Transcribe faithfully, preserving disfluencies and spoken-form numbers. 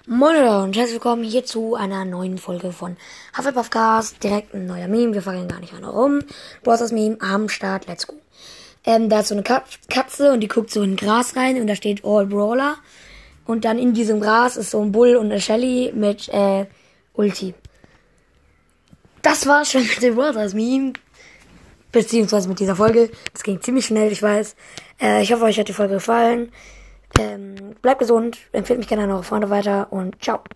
Moin Leute und herzlich willkommen hier zu einer neuen Folge von Hufflepuff Cast. Direkt ein neuer Meme, wir fangen gar nicht an rum. Brawlers Meme am Start, let's go. Ähm, da ist so eine Katze und die guckt so in Gras rein und da steht All Brawler. Und dann in diesem Gras ist so ein Bull und eine Shelly mit äh, Ulti. Das war's schon mit dem Brawlers Meme. Beziehungsweise mit dieser Folge. Das ging ziemlich schnell, ich weiß. Äh, ich hoffe, euch hat die Folge gefallen. Ähm, bleibt gesund, empfehlt mich gerne an eure Freunde weiter und ciao.